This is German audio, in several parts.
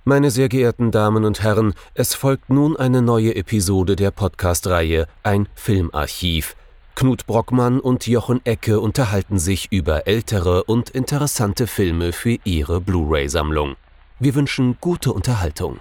Meine sehr geehrten Damen und Herren, es folgt nun eine neue Episode der Podcast-Reihe Ein Filmarchiv. Knut Brockmann und Jochen Ecke unterhalten sich über ältere und interessante Filme für ihre Blu-ray-Sammlung. Wir wünschen gute Unterhaltung.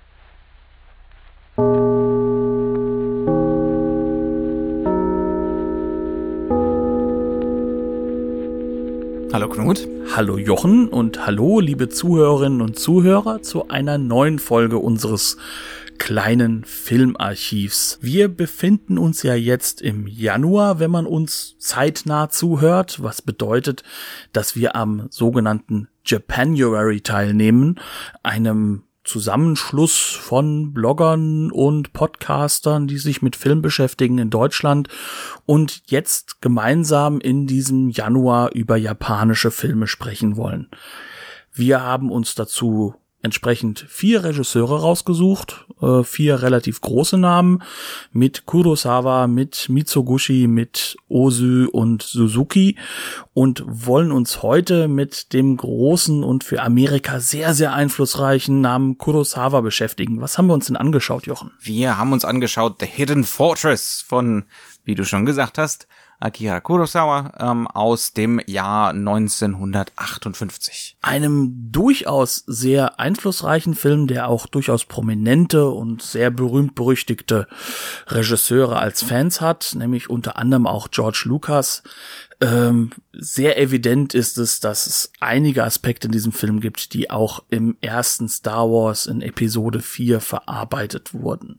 Hallo Knut. Hallo Jochen und hallo liebe Zuhörerinnen und Zuhörer zu einer neuen Folge unseres kleinen Filmarchivs. Wir befinden uns ja jetzt im Januar, wenn man uns zeitnah zuhört, was bedeutet, dass wir am sogenannten Japanuary teilnehmen, einem Zusammenschluss von Bloggern und Podcastern, die sich mit Film beschäftigen in Deutschland und jetzt gemeinsam in diesem Januar über japanische Filme sprechen wollen. Wir haben uns dazu entsprechend 4 Regisseure rausgesucht, 4 relativ große Namen mit Kurosawa, mit Mizoguchi, mit Ozu und Suzuki und wollen uns heute mit dem großen und für Amerika sehr, sehr einflussreichen Namen Kurosawa beschäftigen. Was haben wir uns denn angeschaut, Jochen? Wir haben uns angeschaut The Hidden Fortress von, wie du schon gesagt hast, Akira Kurosawa aus dem Jahr 1958. Einem durchaus sehr einflussreichen Film, der auch durchaus prominente und sehr berühmt-berüchtigte Regisseure als Fans hat, nämlich unter anderem auch George Lucas. Sehr evident ist es, dass es einige Aspekte in diesem Film gibt, die auch im ersten Star Wars in Episode 4 verarbeitet wurden.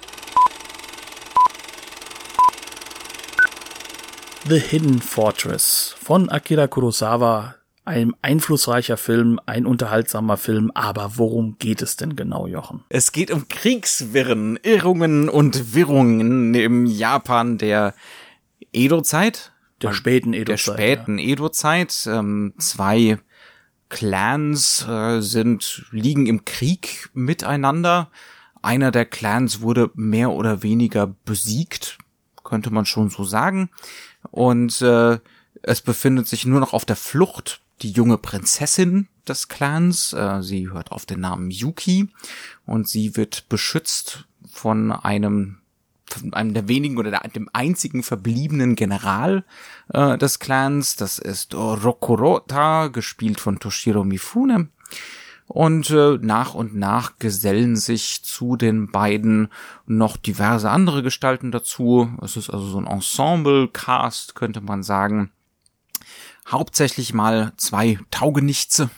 The Hidden Fortress von Akira Kurosawa, ein einflussreicher Film, ein unterhaltsamer Film, aber worum geht es denn genau, Jochen? Es geht um Kriegswirren, Irrungen und Wirrungen im Japan der Edo-Zeit. Der späten Edo-Zeit. 2 Clans liegen im Krieg miteinander. Einer der Clans wurde mehr oder weniger besiegt, könnte man schon so sagen. Und es befindet sich nur noch auf der Flucht die junge Prinzessin des Clans. Sie hört auf den Namen Yuki und sie wird beschützt von einem der wenigen oder dem einzigen verbliebenen General des Clans. Das ist Rokurota, gespielt von Toshiro Mifune. Und nach und nach gesellen sich zu den beiden noch diverse andere Gestalten dazu. Es ist also so ein Ensemble-Cast, könnte man sagen. Hauptsächlich mal 2 Taugenichtse,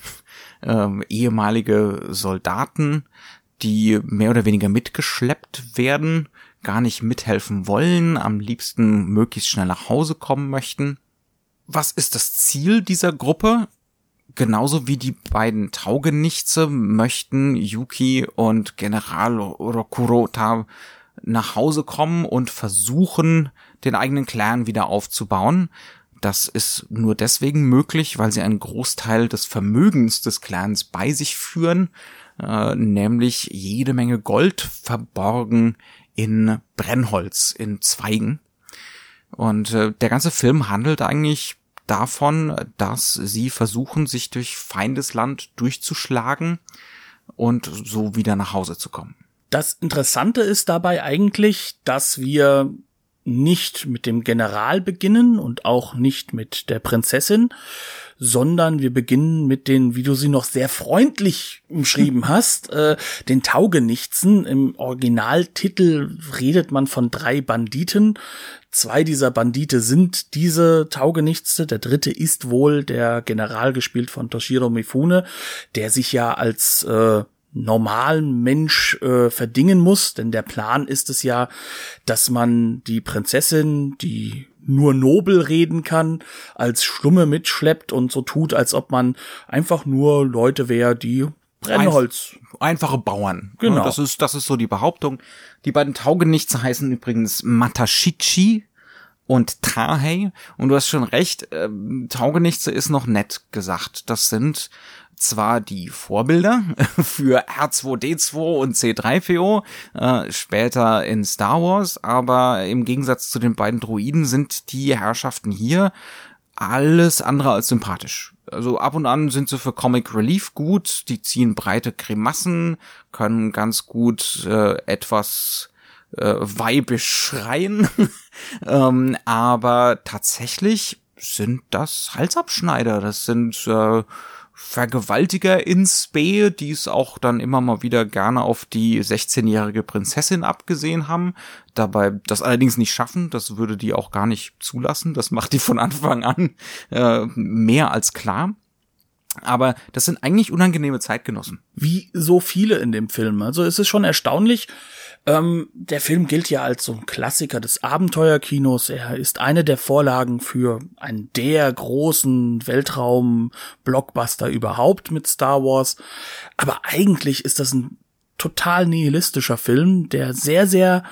ehemalige Soldaten, die mehr oder weniger mitgeschleppt werden, gar nicht mithelfen wollen, am liebsten möglichst schnell nach Hause kommen möchten. Was ist das Ziel dieser Gruppe? Genauso wie die beiden Taugenichtse möchten Yuki und General Rokurota nach Hause kommen und versuchen, den eigenen Clan wieder aufzubauen. Das ist nur deswegen möglich, weil sie einen Großteil des Vermögens des Clans bei sich führen, nämlich jede Menge Gold verborgen in Brennholz, in Zweigen. Und der ganze Film handelt eigentlich davon, dass sie versuchen, sich durch Feindesland durchzuschlagen und so wieder nach Hause zu kommen. Das Interessante ist dabei eigentlich, dass wir nicht mit dem General beginnen und auch nicht mit der Prinzessin, sondern wir beginnen mit den, wie du sie noch sehr freundlich umschrieben hast, den Taugenichtsen. Im Originaltitel redet man von 3 Banditen. 2 dieser Bandite sind diese Taugenichtse. Der 3. ist wohl der General, gespielt von Toshiro Mifune, der sich ja als normalen Mensch verdingen muss, denn der Plan ist es ja, dass man die Prinzessin, die nur nobel reden kann, als Stumme mitschleppt und so tut, als ob man einfach nur Leute wäre, die Brennholz. Einfache Bauern. Genau. Das ist so die Behauptung. Die beiden Taugenichtse heißen übrigens Matashichi und Tahei. Und du hast schon recht, Taugenichtse ist noch nett gesagt. Das sind zwar die Vorbilder für R2D2 und C3PO, später in Star Wars, aber im Gegensatz zu den beiden Droiden sind die Herrschaften hier alles andere als sympathisch. Also ab und an sind sie für Comic Relief gut, die ziehen breite Grimassen, können ganz gut etwas weibisch schreien, aber tatsächlich sind das Halsabschneider, das sind Vergewaltiger in Spe, die es auch dann immer mal wieder gerne auf die 16-jährige Prinzessin abgesehen haben, dabei das allerdings nicht schaffen, das würde die auch gar nicht zulassen, das macht die von Anfang an mehr als klar. Aber das sind eigentlich unangenehme Zeitgenossen. Wie so viele in dem Film. Also es ist schon erstaunlich. Der Film gilt ja als so ein Klassiker des Abenteuerkinos. Er ist eine der Vorlagen für einen der großen Weltraum-Blockbuster überhaupt mit Star Wars. Aber eigentlich ist das ein total nihilistischer Film, der sehr, sehr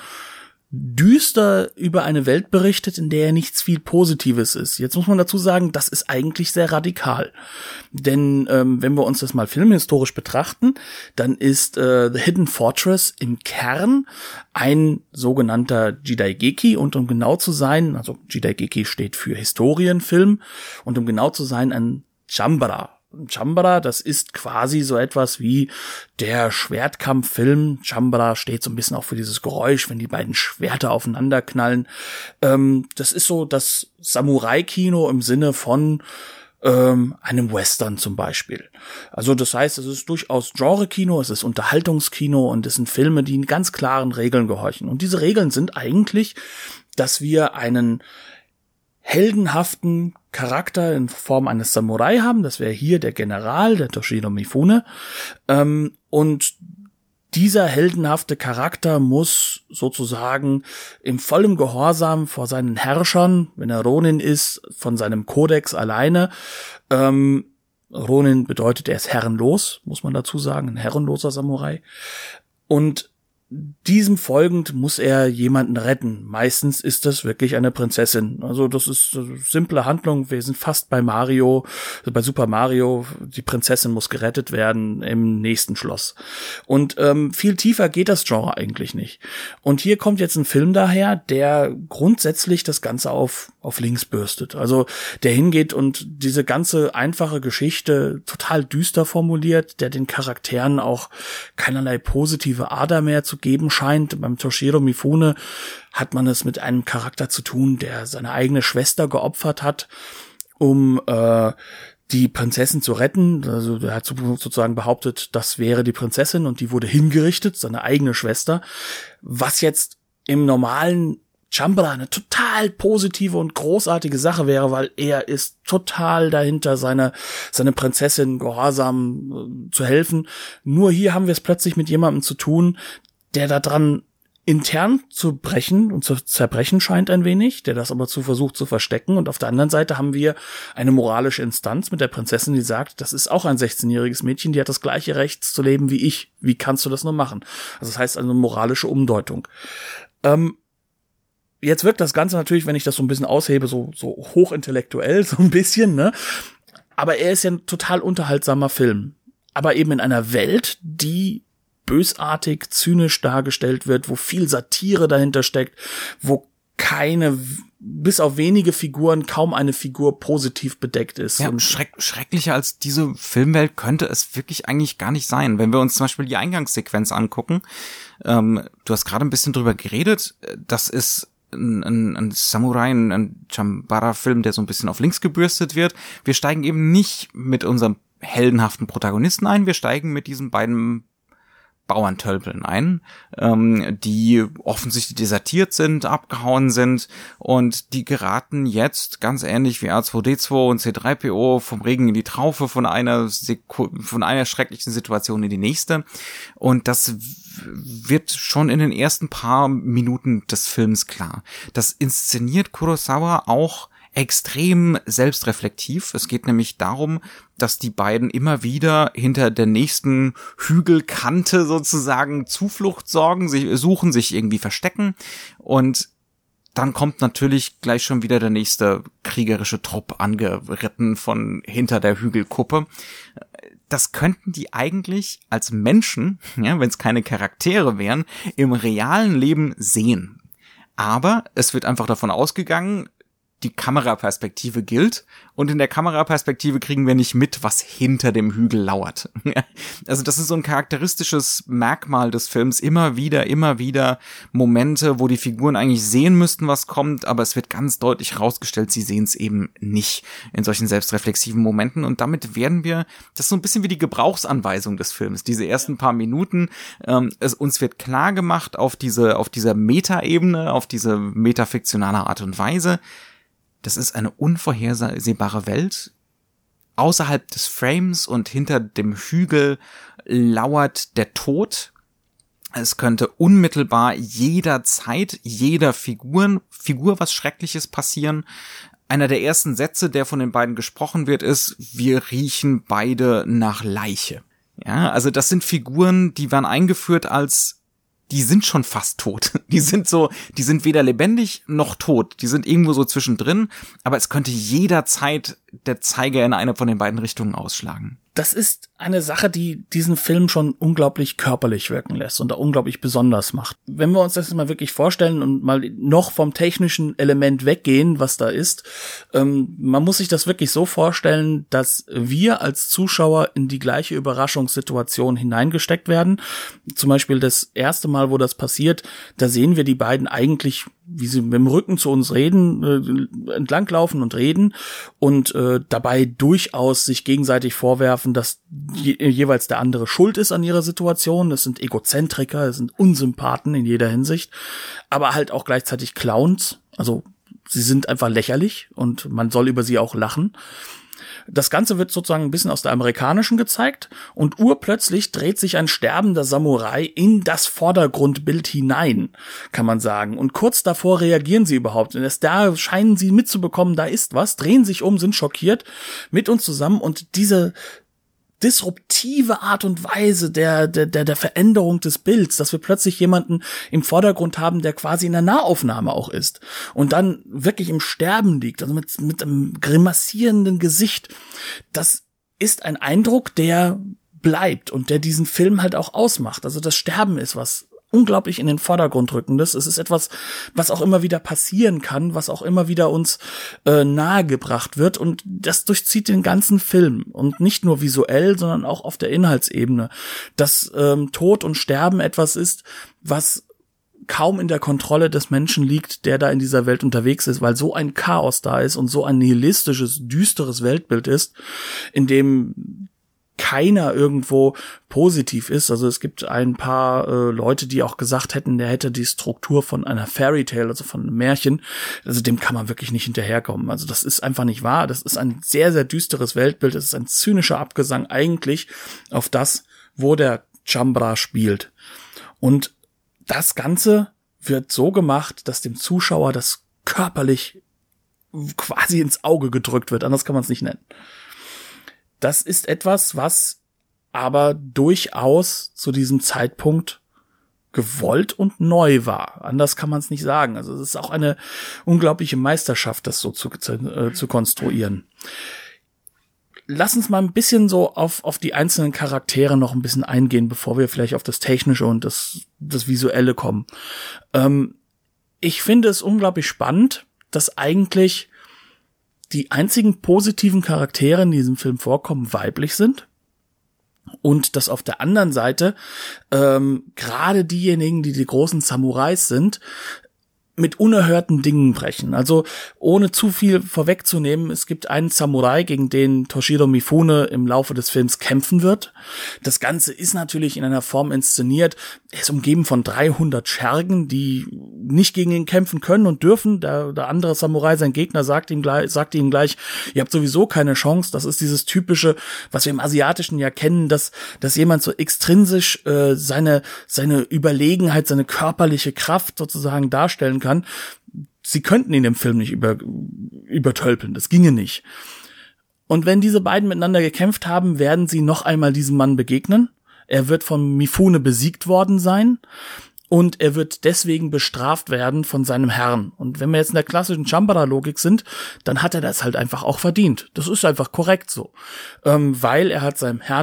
düster über eine Welt berichtet, in der nichts viel Positives ist. Jetzt muss man dazu sagen, das ist eigentlich sehr radikal. Denn wenn wir uns das mal filmhistorisch betrachten, dann ist The Hidden Fortress im Kern ein sogenannter Jidaigeki und um genau zu sein, also Jidaigeki steht für Historienfilm und um genau zu sein ein Chambara. Chambara, das ist quasi so etwas wie der Schwertkampffilm. Chambara steht so ein bisschen auch für dieses Geräusch, wenn die beiden Schwerter aufeinander knallen. Das ist so das Samurai-Kino im Sinne von einem Western zum Beispiel. Also das heißt, es ist durchaus Genre-Kino, es ist Unterhaltungskino und es sind Filme, die in ganz klaren Regeln gehorchen. Und diese Regeln sind eigentlich, dass wir einen heldenhaften Charakter in Form eines Samurai haben. Das wäre hier der General, der Toshiro Mifune. Und dieser heldenhafte Charakter muss sozusagen im vollen Gehorsam vor seinen Herrschern, wenn er Ronin ist, von seinem Kodex alleine. Ronin bedeutet, er ist herrenlos, muss man dazu sagen, ein herrenloser Samurai. Und diesem folgend muss er jemanden retten. Meistens ist das wirklich eine Prinzessin. Also das ist eine simple Handlung. Wir sind fast bei Mario, bei Super Mario. Die Prinzessin muss gerettet werden im nächsten Schloss. Und viel tiefer geht das Genre eigentlich nicht. Und hier kommt jetzt ein Film daher, der grundsätzlich das Ganze auf links bürstet. Also der hingeht und diese ganze einfache Geschichte total düster formuliert, der den Charakteren auch keinerlei positive Ader mehr zu geben scheint. Beim Toshiro Mifune hat man es mit einem Charakter zu tun, der seine eigene Schwester geopfert hat, um die Prinzessin zu retten. Also er hat sozusagen behauptet, das wäre die Prinzessin und die wurde hingerichtet, seine eigene Schwester. Was jetzt im normalen Chambara eine total positive und großartige Sache wäre, weil er ist total dahinter, seine Prinzessin gehorsam zu helfen. Nur hier haben wir es plötzlich mit jemandem zu tun, der da dran intern zu brechen und zu zerbrechen scheint ein wenig, der das aber versucht zu verstecken. Und auf der anderen Seite haben wir eine moralische Instanz mit der Prinzessin, die sagt, das ist auch ein 16-jähriges Mädchen, die hat das gleiche Recht zu leben wie ich. Wie kannst du das nur machen? Also das heißt eine moralische Umdeutung. Jetzt wirkt das Ganze natürlich, wenn ich das so ein bisschen aushebe, so hochintellektuell, so ein bisschen, ne? Aber er ist ja ein total unterhaltsamer Film. Aber eben in einer Welt, die bösartig, zynisch dargestellt wird, wo viel Satire dahinter steckt, wo bis auf wenige Figuren, kaum eine Figur positiv bedeckt ist. Ja, schrecklicher als diese Filmwelt könnte es wirklich eigentlich gar nicht sein. Wenn wir uns zum Beispiel die Eingangssequenz angucken, du hast gerade ein bisschen drüber geredet, das ist ein Samurai, ein Chambara-Film, der so ein bisschen auf links gebürstet wird. Wir steigen eben nicht mit unserem heldenhaften Protagonisten ein, wir steigen mit diesen beiden Bauerntölpeln ein, die offensichtlich desertiert sind, abgehauen sind und die geraten jetzt, ganz ähnlich wie R2-D2 und C3PO, vom Regen in die Traufe, von einer schrecklichen Situation in die nächste. Und das wird schon in den ersten paar Minuten des Films klar. Das inszeniert Kurosawa auch extrem selbstreflektiv. Es geht nämlich darum, dass die beiden immer wieder hinter der nächsten Hügelkante sozusagen Zuflucht suchen, sich irgendwie verstecken und dann kommt natürlich gleich schon wieder der nächste kriegerische Trupp angeritten von hinter der Hügelkuppe. Das könnten die eigentlich als Menschen, ja, wenn es keine Charaktere wären, im realen Leben sehen. Aber es wird einfach davon ausgegangen, die Kameraperspektive gilt. Und in der Kameraperspektive kriegen wir nicht mit, was hinter dem Hügel lauert. Also das ist so ein charakteristisches Merkmal des Films. Immer wieder Momente, wo die Figuren eigentlich sehen müssten, was kommt, aber es wird ganz deutlich rausgestellt, sie sehen es eben nicht in solchen selbstreflexiven Momenten. Und damit werden wir, das ist so ein bisschen wie die Gebrauchsanweisung des Films. Diese ersten paar Minuten, uns wird klar gemacht auf dieser Metaebene, auf diese metafiktionale Art und Weise, das ist eine unvorhersehbare Welt. Außerhalb des Frames und hinter dem Hügel lauert der Tod. Es könnte unmittelbar jederzeit, jeder Figur was Schreckliches passieren. Einer der ersten Sätze, der von den beiden gesprochen wird, ist, wir riechen beide nach Leiche. Ja, also das sind Figuren, die werden eingeführt als die sind schon fast tot. Die sind weder lebendig noch tot. Die sind irgendwo so zwischendrin, aber es könnte jederzeit der Zeiger in eine von den beiden Richtungen ausschlagen. Das ist eine Sache, die diesen Film schon unglaublich körperlich wirken lässt und auch unglaublich besonders macht. Wenn wir uns das mal wirklich vorstellen und mal noch vom technischen Element weggehen, was da ist, man muss sich das wirklich so vorstellen, dass wir als Zuschauer in die gleiche Überraschungssituation hineingesteckt werden. Zum Beispiel das erste Mal, wo das passiert, da sehen wir die beiden eigentlich, wie sie mit dem Rücken zu uns reden, entlanglaufen und reden und dabei durchaus sich gegenseitig vorwerfen, dass jeweils der andere schuld ist an ihrer Situation. Das sind Egozentriker, das sind Unsympathen in jeder Hinsicht, aber halt auch gleichzeitig Clowns. Also sie sind einfach lächerlich und man soll über sie auch lachen. Das Ganze wird sozusagen ein bisschen aus der amerikanischen gezeigt und urplötzlich dreht sich ein sterbender Samurai in das Vordergrundbild hinein, kann man sagen. Und kurz davor reagieren sie überhaupt. Und erst da scheinen sie mitzubekommen, da ist was, drehen sich um, sind schockiert mit uns zusammen und diese disruptive Art und Weise der Veränderung des Bilds, dass wir plötzlich jemanden im Vordergrund haben, der quasi in der Nahaufnahme auch ist und dann wirklich im Sterben liegt, also mit einem grimassierenden Gesicht. Das ist ein Eindruck, der bleibt und der diesen Film halt auch ausmacht. Also das Sterben ist was unglaublich in den Vordergrund rückendes. Es ist etwas, was auch immer wieder passieren kann, was auch immer wieder uns nahegebracht wird und das durchzieht den ganzen Film und nicht nur visuell, sondern auch auf der Inhaltsebene. Dass Tod und Sterben etwas ist, was kaum in der Kontrolle des Menschen liegt, der da in dieser Welt unterwegs ist, weil so ein Chaos da ist und so ein nihilistisches, düsteres Weltbild ist, in dem keiner irgendwo positiv ist. Also es gibt ein paar Leute, die auch gesagt hätten, der hätte die Struktur von einer Fairy Tale, also von einem Märchen. Also dem kann man wirklich nicht hinterherkommen. Also das ist einfach nicht wahr. Das ist ein sehr, sehr düsteres Weltbild. Das ist ein zynischer Abgesang eigentlich auf das, wo der Chambra spielt. Und das Ganze wird so gemacht, dass dem Zuschauer das körperlich quasi ins Auge gedrückt wird. Anders kann man es nicht nennen. Das ist etwas, was aber durchaus zu diesem Zeitpunkt gewollt und neu war. Anders kann man es nicht sagen. Also es ist auch eine unglaubliche Meisterschaft, das so zu konstruieren. Lass uns mal ein bisschen so auf die einzelnen Charaktere noch ein bisschen eingehen, bevor wir vielleicht auf das Technische und das Visuelle kommen. Ich finde es unglaublich spannend, dass eigentlich die einzigen positiven Charaktere in diesem Film vorkommen, weiblich sind. Und dass auf der anderen Seite gerade diejenigen, die großen Samurais sind, mit unerhörten Dingen brechen. Also ohne zu viel vorwegzunehmen, es gibt einen Samurai, gegen den Toshiro Mifune im Laufe des Films kämpfen wird. Das Ganze ist natürlich in einer Form inszeniert. Er ist umgeben von 300 Schergen, die nicht gegen ihn kämpfen können und dürfen. Der andere Samurai, sein Gegner, sagt ihm gleich, ihr habt sowieso keine Chance. Das ist dieses typische, was wir im Asiatischen ja kennen, dass jemand so extrinsisch seine Überlegenheit, seine körperliche Kraft sozusagen darstellen kann. Sie könnten ihn im Film nicht übertölpeln, das ginge nicht. Und wenn diese beiden miteinander gekämpft haben, werden sie noch einmal diesem Mann begegnen. Er wird von Mifune besiegt worden sein und er wird deswegen bestraft werden von seinem Herrn. Und wenn wir jetzt in der klassischen Chambara-Logik sind, dann hat er das halt einfach auch verdient. Das ist einfach korrekt so. Weil er hat seinem Herrn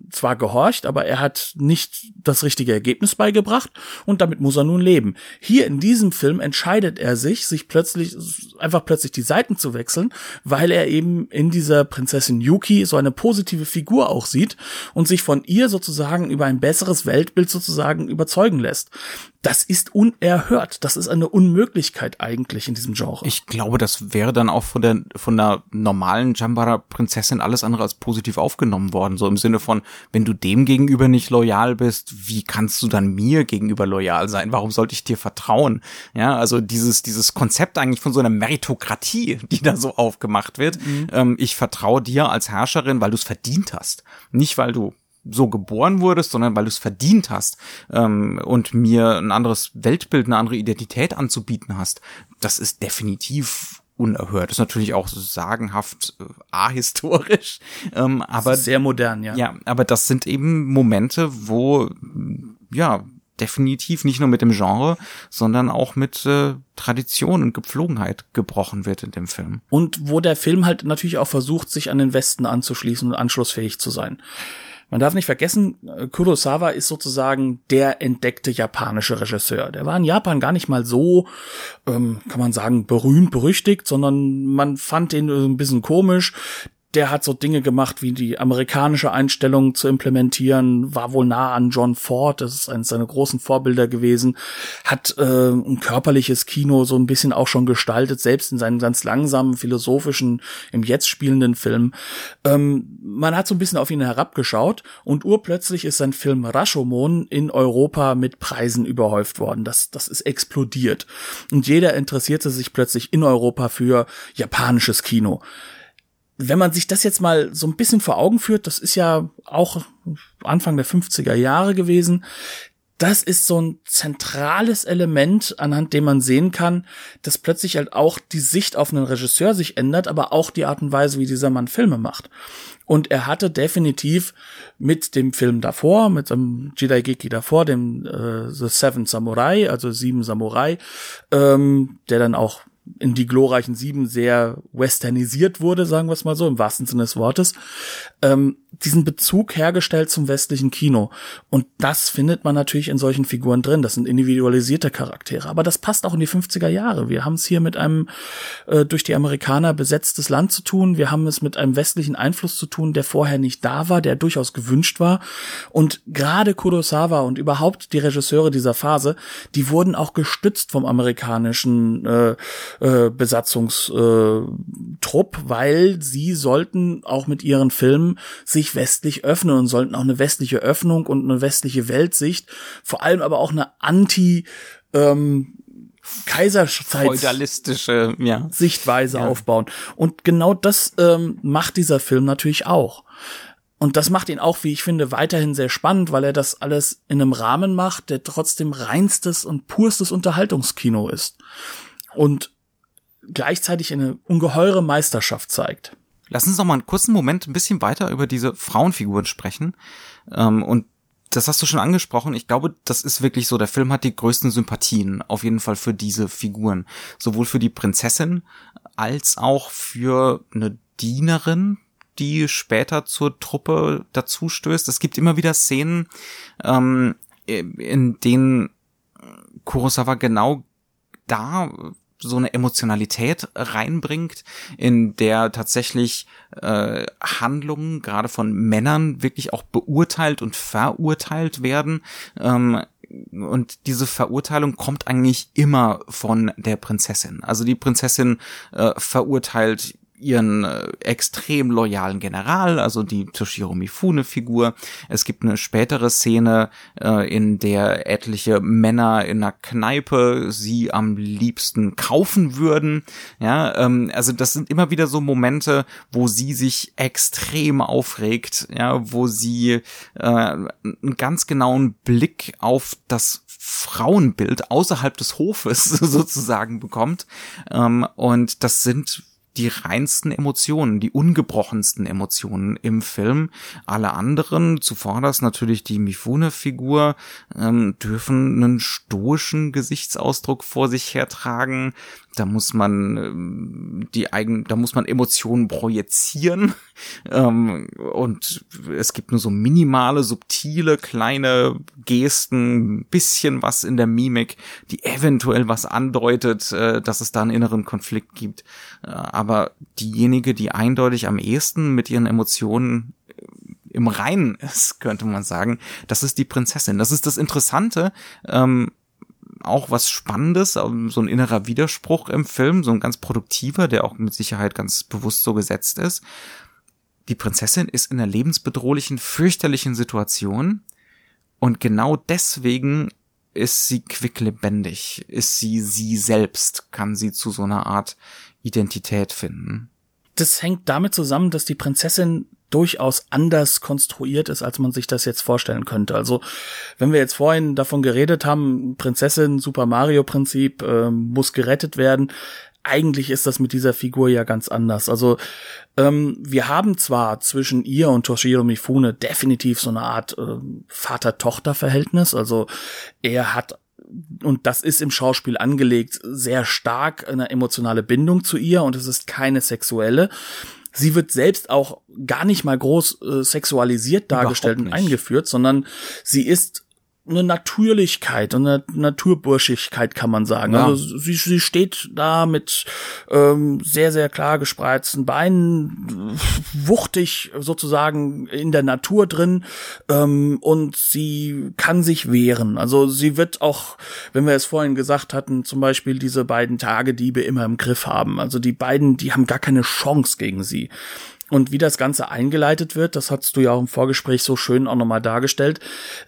zwar gehorcht, aber er hat nicht das richtige Ergebnis beigebracht und damit muss er nun leben. Hier in diesem Film entscheidet er sich plötzlich die Seiten zu wechseln, weil er eben in dieser Prinzessin Yuki so eine positive Figur auch sieht und sich von ihr sozusagen über ein besseres Weltbild sozusagen überzeugen lässt. Das ist unerhört. Das ist eine Unmöglichkeit eigentlich in diesem Genre. Ich glaube, das wäre dann auch von der normalen Chambara-Prinzessin alles andere als positiv aufgenommen worden. So im Sinne von, wenn du dem gegenüber nicht loyal bist, wie kannst du dann mir gegenüber loyal sein? Warum sollte ich dir vertrauen? Ja, also dieses Konzept eigentlich von so einer Meritokratie, die da so aufgemacht wird. Ich vertraue dir als Herrscherin, weil du es verdient hast. Nicht, weil du so geboren wurdest, sondern weil du es verdient hast und mir ein anderes Weltbild, eine andere Identität anzubieten hast. Das ist definitiv unerhört. Das ist natürlich auch so sagenhaft ahistorisch. Aber das ist sehr modern, ja. Ja, aber das sind eben Momente, wo ja definitiv nicht nur mit dem Genre, sondern auch mit Tradition und Gepflogenheit gebrochen wird in dem Film. Und wo der Film halt natürlich auch versucht, sich an den Westen anzuschließen und anschlussfähig zu sein. Man darf nicht vergessen, Kurosawa ist sozusagen der entdeckte japanische Regisseur. Der war in Japan gar nicht mal so, kann man sagen, berühmt, berüchtigt, sondern man fand ihn ein bisschen komisch. Der hat so Dinge gemacht, wie die amerikanische Einstellung zu implementieren, war wohl nah an John Ford, das ist eines seiner großen Vorbilder gewesen, hat ein körperliches Kino so ein bisschen auch schon gestaltet, selbst in seinen ganz langsamen, philosophischen, im Jetzt spielenden Film. Man hat so ein bisschen auf ihn herabgeschaut und urplötzlich ist sein Film Rashomon in Europa mit Preisen überhäuft worden. Das ist explodiert. Und jeder interessierte sich plötzlich in Europa für japanisches Kino. Wenn man sich das jetzt mal so ein bisschen vor Augen führt, das ist ja auch Anfang der 50er Jahre gewesen, das ist so ein zentrales Element, anhand dem man sehen kann, dass plötzlich halt auch die Sicht auf einen Regisseur sich ändert, aber auch die Art und Weise, wie dieser Mann Filme macht. Und er hatte definitiv mit dem Film davor, mit dem Jidaigeki davor, dem The Seven Samurai, also 7 Samurai, der dann auch in die glorreichen 7 sehr westernisiert wurde, sagen wir es mal so, im wahrsten Sinne des Wortes, diesen Bezug hergestellt zum westlichen Kino. Und das findet man natürlich in solchen Figuren drin. Das sind individualisierte Charaktere. Aber das passt auch in die 50er Jahre. Wir haben es hier mit einem durch die Amerikaner besetztes Land zu tun. Wir haben es mit einem westlichen Einfluss zu tun, der vorher nicht da war, der durchaus gewünscht war. Und gerade Kurosawa und überhaupt die Regisseure dieser Phase, die wurden auch gestützt vom amerikanischen Besatzungstrupp, weil sie sollten auch mit ihren Filmen sich westlich öffnen und sollten auch eine westliche Öffnung und eine westliche Weltsicht, vor allem aber auch eine Kaiserzeit feudalistische Sichtweise aufbauen. Und genau das macht dieser Film natürlich auch. Und das macht ihn auch, wie ich finde, weiterhin sehr spannend, weil er das alles in einem Rahmen macht, der trotzdem reinstes und purstes Unterhaltungskino ist. Und gleichzeitig eine ungeheure Meisterschaft zeigt. Lass uns noch mal einen kurzen Moment ein bisschen weiter über diese Frauenfiguren sprechen. Und das hast du schon angesprochen. Ich glaube, das ist wirklich so. Der Film hat die größten Sympathien auf jeden Fall für diese Figuren. Sowohl für die Prinzessin als auch für eine Dienerin, die später zur Truppe dazu stößt. Es gibt immer wieder Szenen, in denen Kurosawa genau da so eine Emotionalität reinbringt, in der tatsächlich Handlungen gerade von Männern wirklich auch beurteilt und verurteilt werden. Und diese Verurteilung kommt eigentlich immer von der Prinzessin. Also die Prinzessin verurteilt ihren extrem loyalen General, also die Toshiro Mifune-Figur. Es gibt eine spätere Szene, in der etliche Männer in einer Kneipe sie am liebsten kaufen würden. Ja, also das sind immer wieder so Momente, wo sie sich extrem aufregt, ja, wo sie einen ganz genauen Blick auf das Frauenbild außerhalb des Hofes sozusagen bekommt. Und das sind die reinsten Emotionen, die ungebrochensten Emotionen im Film. Alle anderen, zuvorderst natürlich die Mifune-Figur, dürfen einen stoischen Gesichtsausdruck vor sich hertragen. da muss man Emotionen projizieren, und es gibt nur so minimale, subtile, kleine Gesten, ein bisschen was in der Mimik, die eventuell was andeutet, dass es da einen inneren Konflikt gibt. Aber diejenige, die eindeutig am ehesten mit ihren Emotionen im Reinen ist, könnte man sagen, das ist die Prinzessin. Das ist das Interessante, auch was Spannendes, so ein innerer Widerspruch im Film, so ein ganz produktiver, der auch mit Sicherheit ganz bewusst so gesetzt ist. Die Prinzessin ist in einer lebensbedrohlichen, fürchterlichen Situation und genau deswegen ist sie quicklebendig, ist sie selbst, kann sie zu so einer Art Identität finden. Das hängt damit zusammen, dass die Prinzessin durchaus anders konstruiert ist, als man sich das jetzt vorstellen könnte. Also, wenn wir jetzt vorhin davon geredet haben, Prinzessin, Super Mario Prinzip, muss gerettet werden, eigentlich ist das mit dieser Figur ja ganz anders. Also, wir haben zwar zwischen ihr und Toshiro Mifune definitiv so eine Art Vater-Tochter-Verhältnis, also er hat, und das ist im Schauspiel angelegt, sehr stark eine emotionale Bindung zu ihr und es ist keine sexuelle. Sie wird selbst auch gar nicht mal groß sexualisiert dargestellt und eingeführt, sondern sie ist eine Natürlichkeit und eine Naturburschigkeit, kann man sagen. Ja. Also sie steht da mit sehr, sehr klar gespreizten Beinen, wuchtig sozusagen in der Natur drin, und sie kann sich wehren. Also sie wird auch, wenn wir es vorhin gesagt hatten, zum Beispiel diese beiden Tagediebe immer im Griff haben. Also die beiden, die haben gar keine Chance gegen sie. Und wie das Ganze eingeleitet wird, das hast du ja auch im Vorgespräch so schön auch nochmal dargestellt.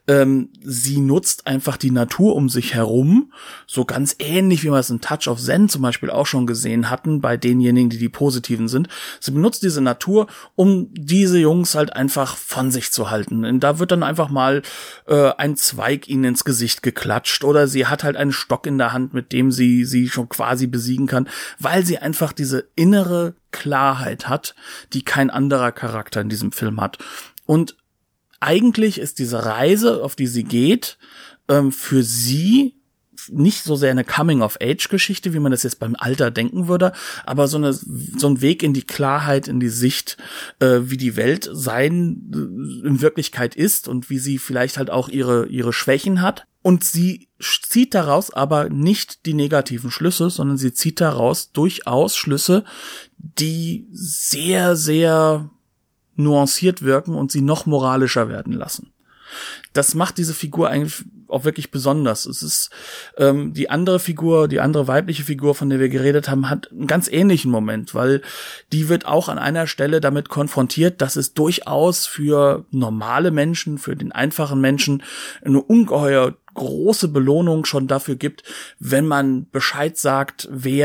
Sie nutzt einfach die Natur um sich herum, so ganz ähnlich, wie wir es in Touch of Zen zum Beispiel auch schon gesehen hatten, bei denjenigen, die Positiven sind. Sie benutzt diese Natur, um diese Jungs halt einfach von sich zu halten. Und da wird dann einfach mal ein Zweig ihnen ins Gesicht geklatscht oder sie hat halt einen Stock in der Hand, mit dem sie schon quasi besiegen kann, weil sie einfach diese innere Klarheit hat, die kein anderer Charakter in diesem Film hat. Und eigentlich ist diese Reise, auf die sie geht, für sie nicht so sehr eine Coming-of-Age-Geschichte, wie man das jetzt beim Alter denken würde, aber so ein Weg in die Klarheit, in die Sicht, wie die Welt in Wirklichkeit ist und wie sie vielleicht halt auch ihre Schwächen hat. Und sie zieht daraus aber nicht die negativen Schlüsse, sondern sie zieht daraus durchaus Schlüsse, die sehr, sehr nuanciert wirken und sie noch moralischer werden lassen. Das macht diese Figur eigentlich auch wirklich besonders. Es ist die andere weibliche Figur, von der wir geredet haben, hat einen ganz ähnlichen Moment, weil die wird auch an einer Stelle damit konfrontiert, dass es durchaus für normale Menschen, für den einfachen Menschen eine ungeheuer große Belohnung schon dafür gibt, wenn man Bescheid sagt,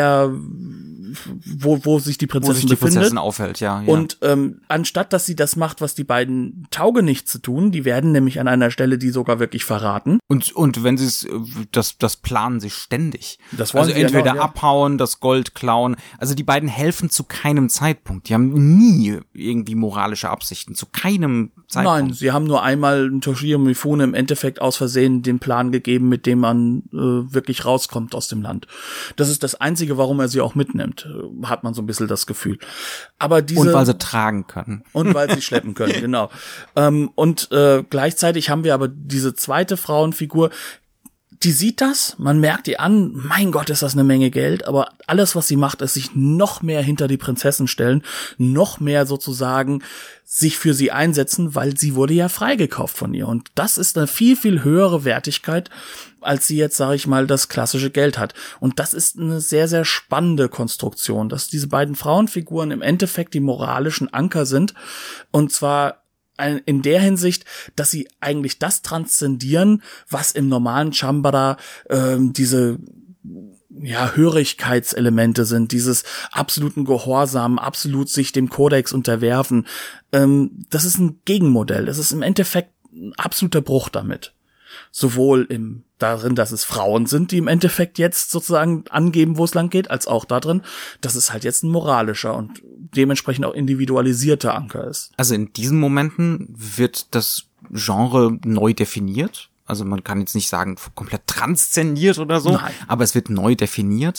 wo sich die Prinzessin befindet. Prinzessin aufhält, ja. Und anstatt, dass sie das macht, was die beiden Taugenichts tun, die werden nämlich an einer Stelle die sogar wirklich verraten. Und wenn sie es, das planen sie ständig. Das wollen also sie entweder abhauen, das Gold klauen. Also die beiden helfen zu keinem Zeitpunkt. Die haben nie irgendwie moralische Absichten. Zu keinem Zeitpunkt. Nein, sie haben nur einmal Toshiro Mifune im Endeffekt aus Versehen den Plan gegeben, mit dem man wirklich rauskommt aus dem Land. Das ist das Einzige, warum er sie auch mitnimmt, hat man so ein bisschen das Gefühl. Aber und weil sie tragen können. Und weil sie schleppen können, genau. Gleichzeitig haben wir aber diese zweite Frauenfigur, die sieht das, man merkt ihr an, mein Gott, ist das eine Menge Geld, aber alles, was sie macht, ist sich noch mehr hinter die Prinzessin stellen, noch mehr sozusagen sich für sie einsetzen, weil sie wurde ja freigekauft von ihr. Und das ist eine viel, viel höhere Wertigkeit, als sie jetzt, sage ich mal, das klassische Geld hat. Und das ist eine sehr, sehr spannende Konstruktion, dass diese beiden Frauenfiguren im Endeffekt die moralischen Anker sind. Und zwar in der Hinsicht, dass sie eigentlich das transzendieren, was im normalen Chambara diese Hörigkeitselemente sind, dieses absoluten Gehorsam, absolut sich dem Kodex unterwerfen. Das ist ein Gegenmodell. Das ist im Endeffekt ein absoluter Bruch damit. Sowohl darin, dass es Frauen sind, die im Endeffekt jetzt sozusagen angeben, wo es lang geht, als auch darin, dass es halt jetzt ein moralischer und dementsprechend auch individualisierter Anker ist. Also in diesen Momenten wird das Genre neu definiert. Also man kann jetzt nicht sagen, komplett transzendiert oder so, Nein. aber es wird neu definiert.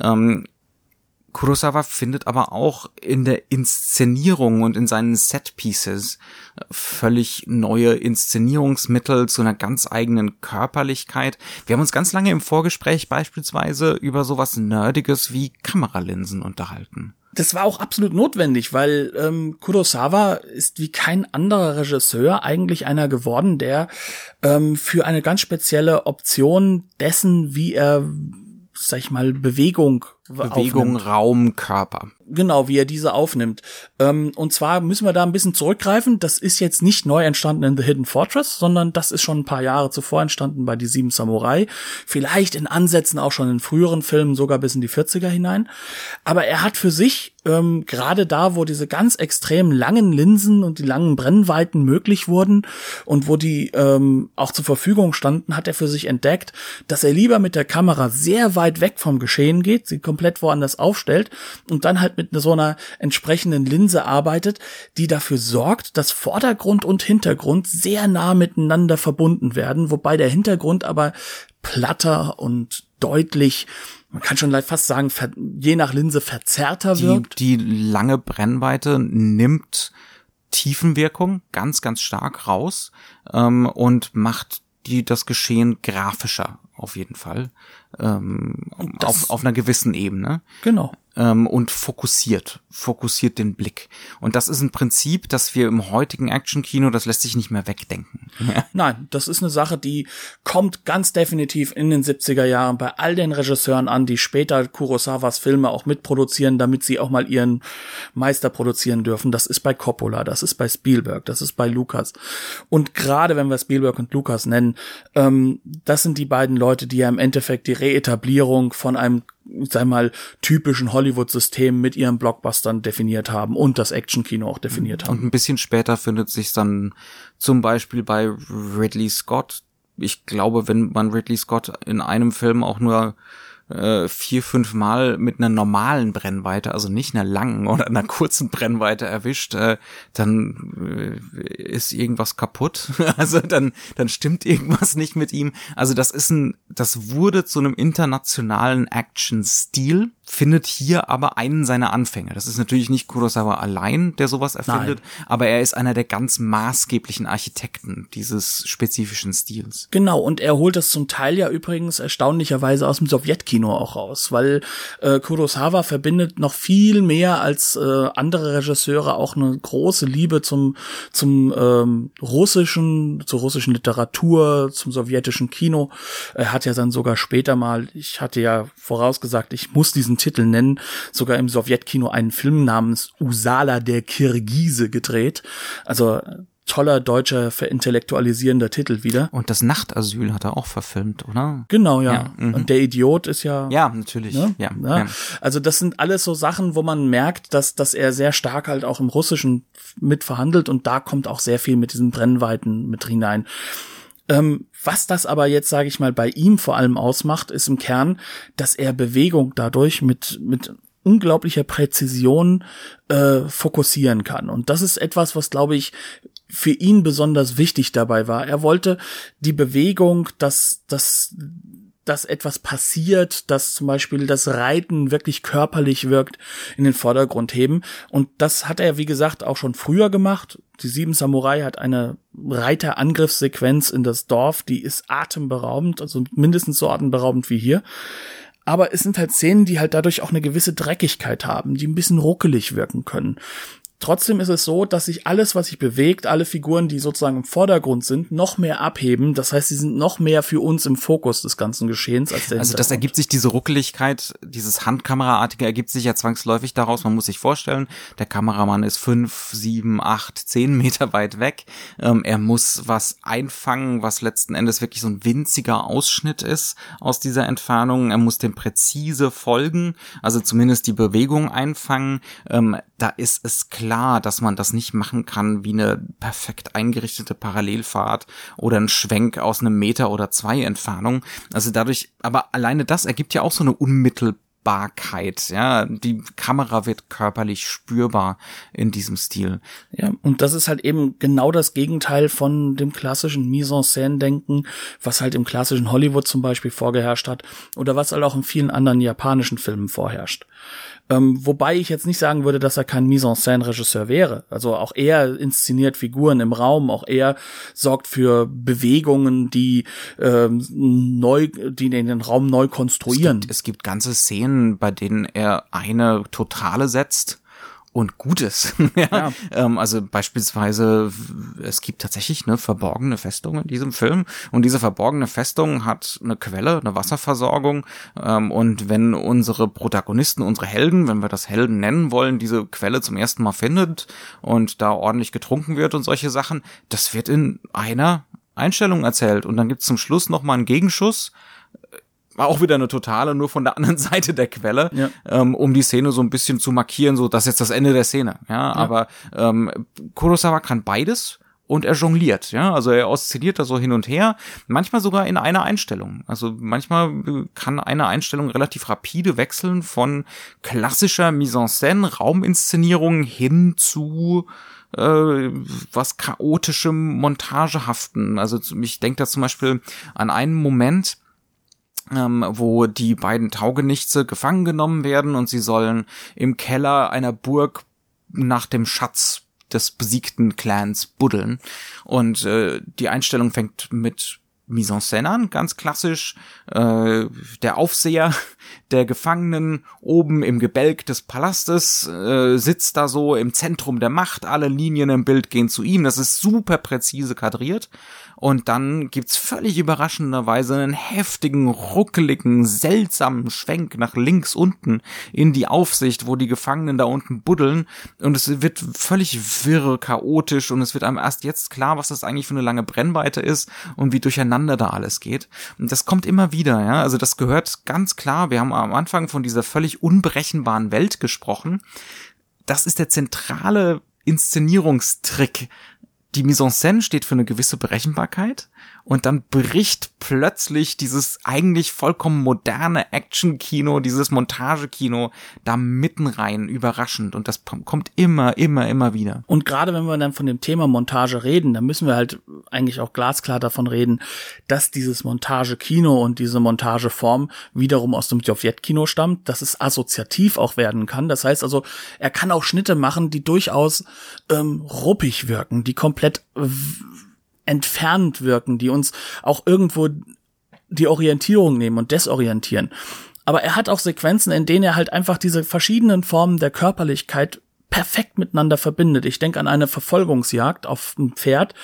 Kurosawa findet aber auch in der Inszenierung und in seinen Set-Pieces völlig neue Inszenierungsmittel zu einer ganz eigenen Körperlichkeit. Wir haben uns ganz lange im Vorgespräch beispielsweise über sowas Nerdiges wie Kameralinsen unterhalten. Das war auch absolut notwendig, weil Kurosawa ist wie kein anderer Regisseur eigentlich einer geworden, der für eine ganz spezielle Option dessen, wie er, sag ich mal, Bewegung aufnimmt. Raum, Körper. Genau, wie er diese aufnimmt. Und zwar müssen wir da ein bisschen zurückgreifen. Das ist jetzt nicht neu entstanden in The Hidden Fortress, sondern das ist schon ein paar Jahre zuvor entstanden bei Die 7 Samurai. Vielleicht in Ansätzen auch schon in früheren Filmen, sogar bis in die 40er hinein. Aber er hat für sich, gerade da, wo diese ganz extrem langen Linsen und die langen Brennweiten möglich wurden und wo die auch zur Verfügung standen, hat er für sich entdeckt, dass er lieber mit der Kamera sehr weit weg vom Geschehen geht, sie komplett woanders aufstellt und dann halt mit so einer entsprechenden Linse arbeitet, die dafür sorgt, dass Vordergrund und Hintergrund sehr nah miteinander verbunden werden, wobei der Hintergrund aber platter und deutlich, man kann schon fast sagen, je nach Linse verzerrter wirkt. Die lange Brennweite nimmt Tiefenwirkung ganz, ganz stark raus und macht das Geschehen grafischer auf jeden Fall. Auf einer gewissen Ebene. Genau. Und fokussiert den Blick. Und das ist ein Prinzip, das wir im heutigen Actionkino, das lässt sich nicht mehr wegdenken. Nein, das ist eine Sache, die kommt ganz definitiv in den 70er Jahren bei all den Regisseuren an, die später Kurosawas Filme auch mitproduzieren, damit sie auch mal ihren Meister produzieren dürfen. Das ist bei Coppola, das ist bei Spielberg, das ist bei Lucas. Und gerade wenn wir Spielberg und Lucas nennen, das sind die beiden Leute, die ja im Endeffekt die Reetablierung von einem, sag mal, typischen Hollywood-System mit ihren Blockbustern definiert haben und das Actionkino auch definiert haben. Und ein bisschen später findet sich dann zum Beispiel bei Ridley Scott. Ich glaube, wenn man Ridley Scott in einem Film auch nur 4-5 Mal mit einer normalen Brennweite, also nicht einer langen oder einer kurzen Brennweite erwischt, dann ist irgendwas kaputt. Also dann stimmt irgendwas nicht mit ihm. Also das wurde zu einem internationalen Action-Stil, findet hier aber einen seiner Anfänge. Das ist natürlich nicht Kurosawa allein, der sowas erfindet, Nein. Aber er ist einer der ganz maßgeblichen Architekten dieses spezifischen Stils. Genau, und er holt das zum Teil ja übrigens erstaunlicherweise aus dem Sowjetkino auch raus, weil Kurosawa verbindet noch viel mehr als andere Regisseure auch eine große Liebe zur russischen Literatur, zum sowjetischen Kino. Er hat ja dann sogar später mal, ich hatte ja vorausgesagt, ich muss diesen Titel nennen, sogar im Sowjetkino einen Film namens Usala der Kirgise gedreht. Also toller deutscher verintellektualisierender Titel wieder. Und das Nachtasyl hat er auch verfilmt, oder? Genau, ja. Und der Idiot ist ja... Ja, natürlich. Ne? Ja. Also das sind alles so Sachen, wo man merkt, dass er sehr stark halt auch im Russischen mitverhandelt und da kommt auch sehr viel mit diesen Brennweiten mit hinein. Was das aber jetzt, sage ich mal, bei ihm vor allem ausmacht, ist im Kern, dass er Bewegung dadurch mit unglaublicher Präzision fokussieren kann. Und das ist etwas, was, glaube ich, für ihn besonders wichtig dabei war. Er wollte die Bewegung, dass etwas passiert, dass zum Beispiel das Reiten wirklich körperlich wirkt, in den Vordergrund heben. Und das hat er, wie gesagt, auch schon früher gemacht. Die 7 Samurai hat eine Reiterangriffssequenz in das Dorf, die ist atemberaubend, also mindestens so atemberaubend wie hier. Aber es sind halt Szenen, die halt dadurch auch eine gewisse Dreckigkeit haben, die ein bisschen ruckelig wirken können. Trotzdem ist es so, dass sich alles, was sich bewegt, alle Figuren, die sozusagen im Vordergrund sind, noch mehr abheben. Das heißt, sie sind noch mehr für uns im Fokus des ganzen Geschehens als der Also das ergibt sich, diese Ruckeligkeit, dieses Handkameraartige ergibt sich ja zwangsläufig daraus. Man muss sich vorstellen, der Kameramann ist 5, 7, 8, 10 Meter weit weg. Er muss was einfangen, was letzten Endes wirklich so ein winziger Ausschnitt ist aus dieser Entfernung. Er muss dem präzise folgen, also zumindest die Bewegung einfangen. Da ist es klar, dass man das nicht machen kann wie eine perfekt eingerichtete Parallelfahrt oder ein Schwenk aus einem Meter oder 2 Entfernung. Also dadurch, aber alleine das ergibt ja auch so eine Greifbarkeit, ja, die Kamera wird körperlich spürbar in diesem Stil. Ja, und das ist halt eben genau das Gegenteil von dem klassischen Mise-en-Scène-Denken, was halt im klassischen Hollywood zum Beispiel vorgeherrscht hat oder was halt auch in vielen anderen japanischen Filmen vorherrscht. Wobei ich jetzt nicht sagen würde, dass er kein Mise-en-Scène-Regisseur wäre. Also auch er inszeniert Figuren im Raum, auch er sorgt für Bewegungen, die den Raum neu konstruieren. Es gibt ganze Szenen, bei denen er eine Totale setzt und Gutes. Ja. Also beispielsweise, es gibt tatsächlich eine verborgene Festung in diesem Film und diese verborgene Festung hat eine Quelle, eine Wasserversorgung, und wenn unsere Protagonisten, unsere Helden, wenn wir das Helden nennen wollen, diese Quelle zum ersten Mal findet und da ordentlich getrunken wird und solche Sachen, das wird in einer Einstellung erzählt und dann gibt's zum Schluss nochmal einen Gegenschuss, auch wieder eine Totale, nur von der anderen Seite der Quelle, ja. Um die Szene so ein bisschen zu markieren, so das ist jetzt das Ende der Szene. Ja, aber Kurosawa kann beides und er jongliert. Ja, also er oszilliert da so hin und her, manchmal sogar in einer Einstellung. Also manchmal kann eine Einstellung relativ rapide wechseln von klassischer Mise-en-Scène, Rauminszenierung hin zu was chaotischem, montagehaften. Also ich denke da zum Beispiel an einen Moment, wo die beiden Taugenichtse gefangen genommen werden und sie sollen im Keller einer Burg nach dem Schatz des besiegten Clans buddeln. Und die Einstellung fängt mit Mise-en-Scène an, ganz klassisch. Der Aufseher der Gefangenen oben im Gebälk des Palastes sitzt da so im Zentrum der Macht. Alle Linien im Bild gehen zu ihm. Das ist super präzise kadriert. Und dann gibt's völlig überraschenderweise einen heftigen, ruckeligen, seltsamen Schwenk nach links unten in die Aufsicht, wo die Gefangenen da unten buddeln. Und es wird völlig wirr, chaotisch und es wird einem erst jetzt klar, was das eigentlich für eine lange Brennweite ist und wie durcheinander da alles geht. Und das kommt immer wieder, ja. Also das gehört ganz klar. Wir haben am Anfang von dieser völlig unberechenbaren Welt gesprochen. Das ist der zentrale Inszenierungstrick. Die Mise-en-Scène steht für eine gewisse Berechenbarkeit und dann bricht plötzlich dieses eigentlich vollkommen moderne Action-Kino, dieses Montagekino da mitten rein, überraschend, und das kommt immer wieder. Und gerade wenn wir dann von dem Thema Montage reden, dann müssen wir halt eigentlich auch glasklar davon reden, dass dieses Montagekino und diese Montageform wiederum aus dem Sowjetkino stammt, dass es assoziativ auch werden kann. Das heißt also, er kann auch Schnitte machen, die durchaus ruppig wirken, die komplett entfernt wirken, die uns auch irgendwo die Orientierung nehmen und desorientieren. Aber er hat auch Sequenzen, in denen er halt einfach diese verschiedenen Formen der Körperlichkeit perfekt miteinander verbindet. Ich denke an eine Verfolgungsjagd auf dem Pferd,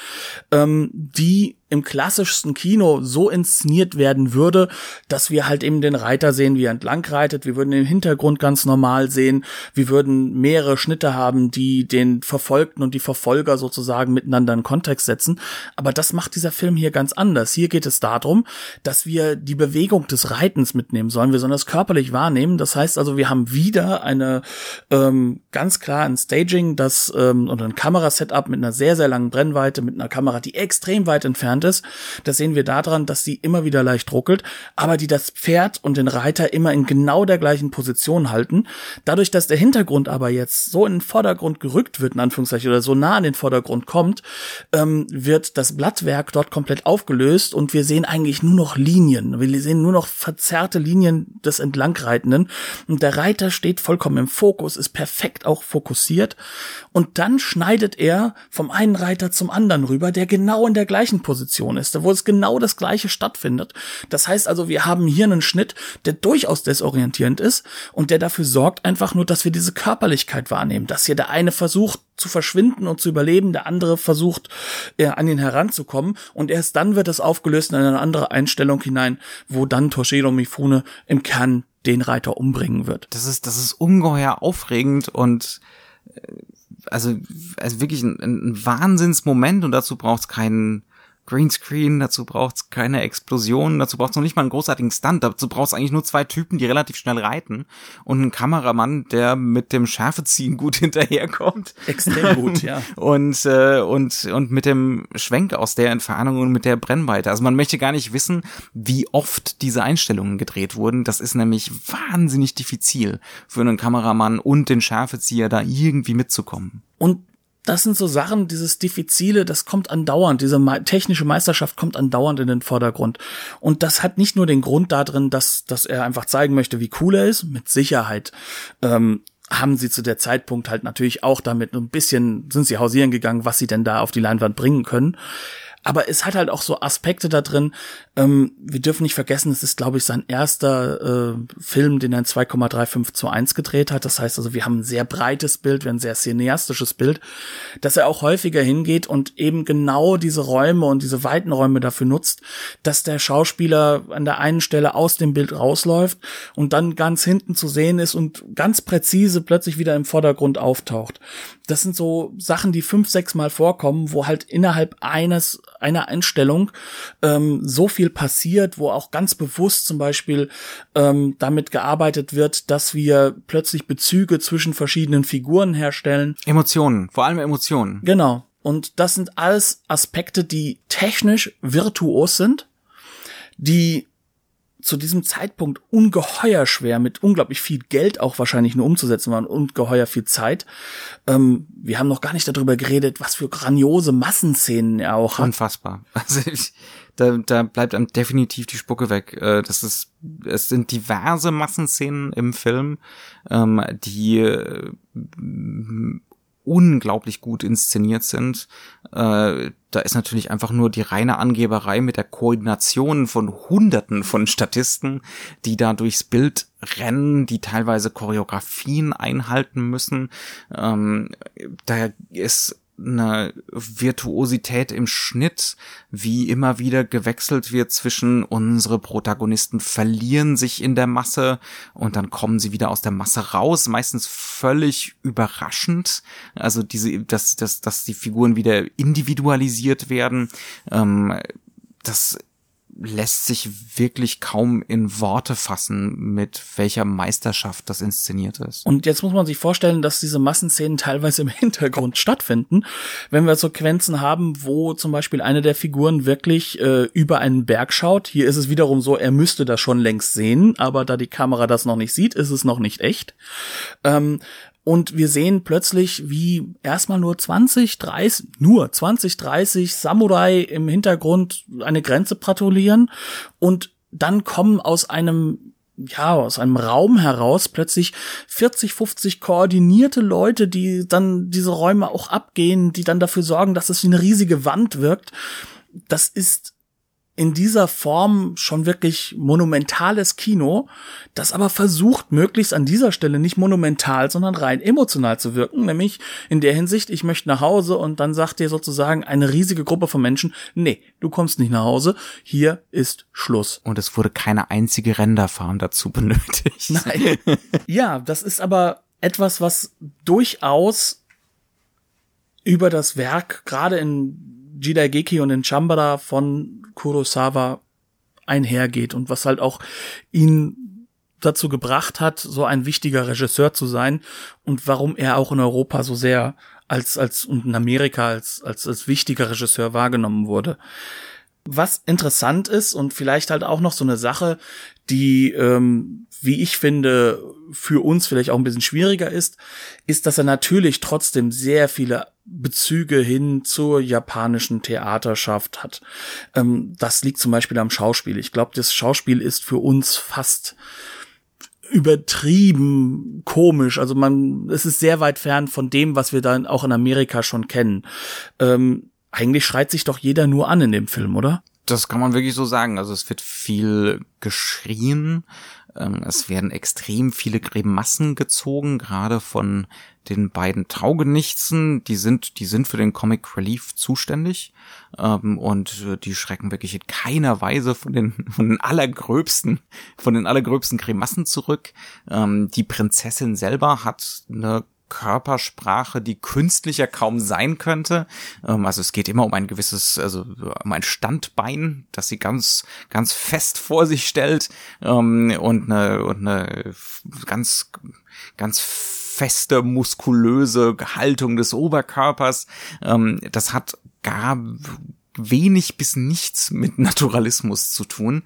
die im klassischsten Kino so inszeniert werden würde, dass wir halt eben den Reiter sehen, wie er entlang reitet. Wir würden den Hintergrund ganz normal sehen. Wir würden mehrere Schnitte haben, die den Verfolgten und die Verfolger sozusagen miteinander in Kontext setzen. Aber das macht dieser Film hier ganz anders. Hier geht es darum, dass wir die Bewegung des Reitens mitnehmen sollen. Wir sollen das körperlich wahrnehmen. Das heißt also, wir haben wieder eine ganz klar ein Staging, das oder ein Kamerasetup mit einer sehr, sehr langen Brennweite, mit einer Kamera, die extrem weit entfernt ist. Das sehen wir daran, dass sie immer wieder leicht ruckelt, aber die das Pferd und den Reiter immer in genau der gleichen Position halten. Dadurch, dass der Hintergrund aber jetzt so in den Vordergrund gerückt wird, in Anführungszeichen, oder so nah an den Vordergrund kommt, wird das Blattwerk dort komplett aufgelöst und wir sehen eigentlich nur noch Linien. Wir sehen nur noch verzerrte Linien des Entlangreitenden und der Reiter steht vollkommen im Fokus, ist perfekt auch fokussiert und dann schneidet er vom einen Reiter zum anderen rüber, der genau in der gleichen Position ist, wo es genau das Gleiche stattfindet. Das heißt also, wir haben hier einen Schnitt, der durchaus desorientierend ist und der dafür sorgt einfach nur, dass wir diese Körperlichkeit wahrnehmen, dass hier der eine versucht zu verschwinden und zu überleben, der andere versucht an ihn heranzukommen und erst dann wird es aufgelöst in eine andere Einstellung hinein, wo dann Toshiro Mifune im Kern den Reiter umbringen wird. Das ist ungeheuer aufregend und also wirklich ein Wahnsinnsmoment und dazu braucht es keinen Greenscreen, dazu braucht's keine Explosion, dazu braucht's noch nicht mal einen großartigen Stunt, dazu braucht's eigentlich nur 2 Typen, die relativ schnell reiten und einen Kameramann, der mit dem Schärfeziehen gut hinterherkommt. Extrem gut, ja. Und mit dem Schwenk aus der Entfernung und mit der Brennweite. Also man möchte gar nicht wissen, wie oft diese Einstellungen gedreht wurden. Das ist nämlich wahnsinnig diffizil für einen Kameramann und den Schärfezieher da irgendwie mitzukommen. Und das sind so Sachen, dieses Diffizile, das kommt andauernd, diese technische Meisterschaft kommt andauernd in den Vordergrund. Und das hat nicht nur den Grund darin, dass er einfach zeigen möchte, wie cool er ist, mit Sicherheit. Haben sie zu der Zeitpunkt halt natürlich auch damit ein bisschen, sind sie hausieren gegangen, was sie denn da auf die Leinwand bringen können. Aber es hat halt auch so Aspekte da drin. Wir dürfen nicht vergessen, es ist, glaube ich, sein erster Film, den er in 2,35:1 gedreht hat. Das heißt also, wir haben ein sehr breites Bild, wir haben ein sehr cineastisches Bild, dass er auch häufiger hingeht und eben genau diese Räume und diese weiten Räume dafür nutzt, dass der Schauspieler an der einen Stelle aus dem Bild rausläuft und dann ganz hinten zu sehen ist und ganz präzise plötzlich wieder im Vordergrund auftaucht. Das sind so Sachen, die 5-6 Mal vorkommen, wo halt innerhalb einer Einstellung so viel passiert, wo auch ganz bewusst zum Beispiel damit gearbeitet wird, dass wir plötzlich Bezüge zwischen verschiedenen Figuren herstellen. Emotionen, vor allem Emotionen. Genau. Und das sind alles Aspekte, die technisch virtuos sind, die zu diesem Zeitpunkt ungeheuer schwer, mit unglaublich viel Geld auch wahrscheinlich nur umzusetzen waren, ungeheuer viel Zeit. Wir haben noch gar nicht darüber geredet, was für grandiose Massenszenen er auch hat. Unfassbar. Also da bleibt einem definitiv die Spucke weg. Es sind diverse Massenszenen im Film, die unglaublich gut inszeniert sind. Da ist natürlich einfach nur die reine Angeberei mit der Koordination von Hunderten von Statisten, die da durchs Bild rennen, die teilweise Choreografien einhalten müssen. Da ist eine Virtuosität im Schnitt, wie immer wieder gewechselt wird zwischen unsere Protagonisten verlieren sich in der Masse und dann kommen sie wieder aus der Masse raus, meistens völlig überraschend, also dass die Figuren wieder individualisiert werden, das lässt sich wirklich kaum in Worte fassen, mit welcher Meisterschaft das inszeniert ist. Und jetzt muss man sich vorstellen, dass diese Massenszenen teilweise im Hintergrund stattfinden. Wenn wir Sequenzen haben, wo zum Beispiel eine der Figuren wirklich über einen Berg schaut. Hier ist es wiederum so, er müsste das schon längst sehen, aber da die Kamera das noch nicht sieht, ist es noch nicht echt. Und wir sehen plötzlich, wie erstmal nur 20, 30 Samurai im Hintergrund eine Grenze patrouillieren und dann kommen aus einem Raum heraus plötzlich 40, 50 koordinierte Leute, die dann diese Räume auch abgehen, die dann dafür sorgen, dass es wie eine riesige Wand wirkt. Das ist in dieser Form schon wirklich monumentales Kino, das aber versucht, möglichst an dieser Stelle nicht monumental, sondern rein emotional zu wirken, nämlich in der Hinsicht, ich möchte nach Hause und dann sagt dir sozusagen eine riesige Gruppe von Menschen, nee, du kommst nicht nach Hause, hier ist Schluss. Und es wurde keine einzige Renderfarm dazu benötigt. Nein. Ja, das ist aber etwas, was durchaus über das Werk, gerade in Jidaigeki und in Chambara von Kurosawa einhergeht und was halt auch ihn dazu gebracht hat, so ein wichtiger Regisseur zu sein und warum er auch in Europa so sehr und in Amerika als wichtiger Regisseur wahrgenommen wurde. Was interessant ist und vielleicht halt auch noch so eine Sache, die, wie ich finde, für uns vielleicht auch ein bisschen schwieriger ist, dass er natürlich trotzdem sehr viele Bezüge hin zur japanischen Theaterschaft hat. Das liegt zum Beispiel am Schauspiel. Ich glaube, das Schauspiel ist für uns fast übertrieben komisch. Also es ist sehr weit fern von dem, was wir dann auch in Amerika schon kennen. Eigentlich schreit sich doch jeder nur an in dem Film, oder? Das kann man wirklich so sagen. Also es wird viel geschrien. Es werden extrem viele Grimassen gezogen, gerade von den beiden Taugenichtsen. Die sind für den Comic Relief zuständig. Und die schrecken wirklich in keiner Weise von den allergröbsten Grimassen zurück. Die Prinzessin selber hat eine Körpersprache, die künstlicher kaum sein könnte. Also es geht immer um ein gewisses, also um ein Standbein, das sie ganz, ganz fest vor sich stellt, und eine ganz, ganz feste, muskulöse Haltung des Oberkörpers. Das hat gar wenig bis nichts mit Naturalismus zu tun.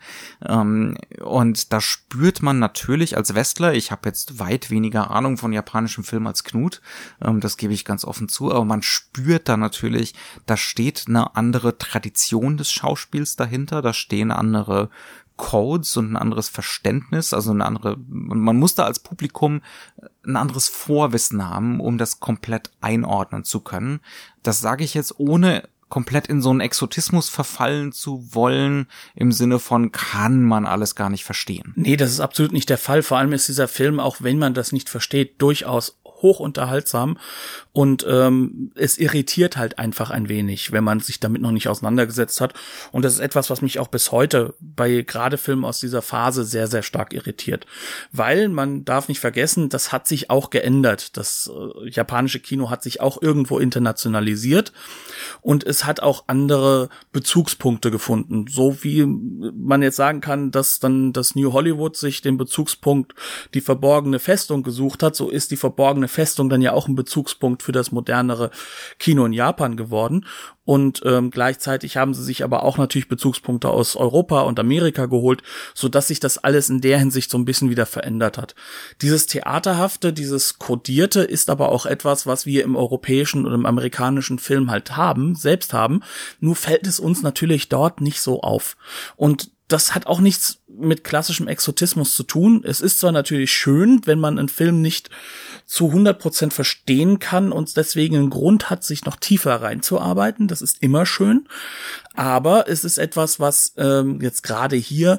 Und da spürt man natürlich als Westler, ich habe jetzt weit weniger Ahnung von japanischem Film als Knut, das gebe ich ganz offen zu, aber man spürt da natürlich, da steht eine andere Tradition des Schauspiels dahinter, da stehen andere Codes und ein anderes Verständnis, also eine andere, man muss da als Publikum ein anderes Vorwissen haben, um das komplett einordnen zu können. Das sage ich jetzt ohne komplett in so einen Exotismus verfallen zu wollen, im Sinne von, kann man alles gar nicht verstehen. Nee, das ist absolut nicht der Fall. Vor allem ist dieser Film, auch wenn man das nicht versteht, durchaus hochunterhaltsam und es irritiert halt einfach ein wenig, wenn man sich damit noch nicht auseinandergesetzt hat. Und das ist etwas, was mich auch bis heute bei gerade Filmen aus dieser Phase sehr, sehr stark irritiert. Weil man darf nicht vergessen, das hat sich auch geändert. Das japanische Kino hat sich auch irgendwo internationalisiert und es hat auch andere Bezugspunkte gefunden. So wie man jetzt sagen kann, dass dann das New Hollywood sich den Bezugspunkt die verborgene Festung gesucht hat, so ist die verborgene Festung dann ja auch ein Bezugspunkt für das modernere Kino in Japan geworden. Und gleichzeitig haben sie sich aber auch natürlich Bezugspunkte aus Europa und Amerika geholt, so dass sich das alles in der Hinsicht so ein bisschen wieder verändert hat. Dieses Theaterhafte, dieses Kodierte ist aber auch etwas, was wir im europäischen oder im amerikanischen Film halt selbst haben. Nur fällt es uns natürlich dort nicht so auf. Und das hat auch nichts mit klassischem Exotismus zu tun. Es ist zwar natürlich schön, wenn man einen Film nicht zu 100% verstehen kann und deswegen einen Grund hat, sich noch tiefer reinzuarbeiten. Das ist immer schön. Aber es ist etwas, was jetzt gerade hier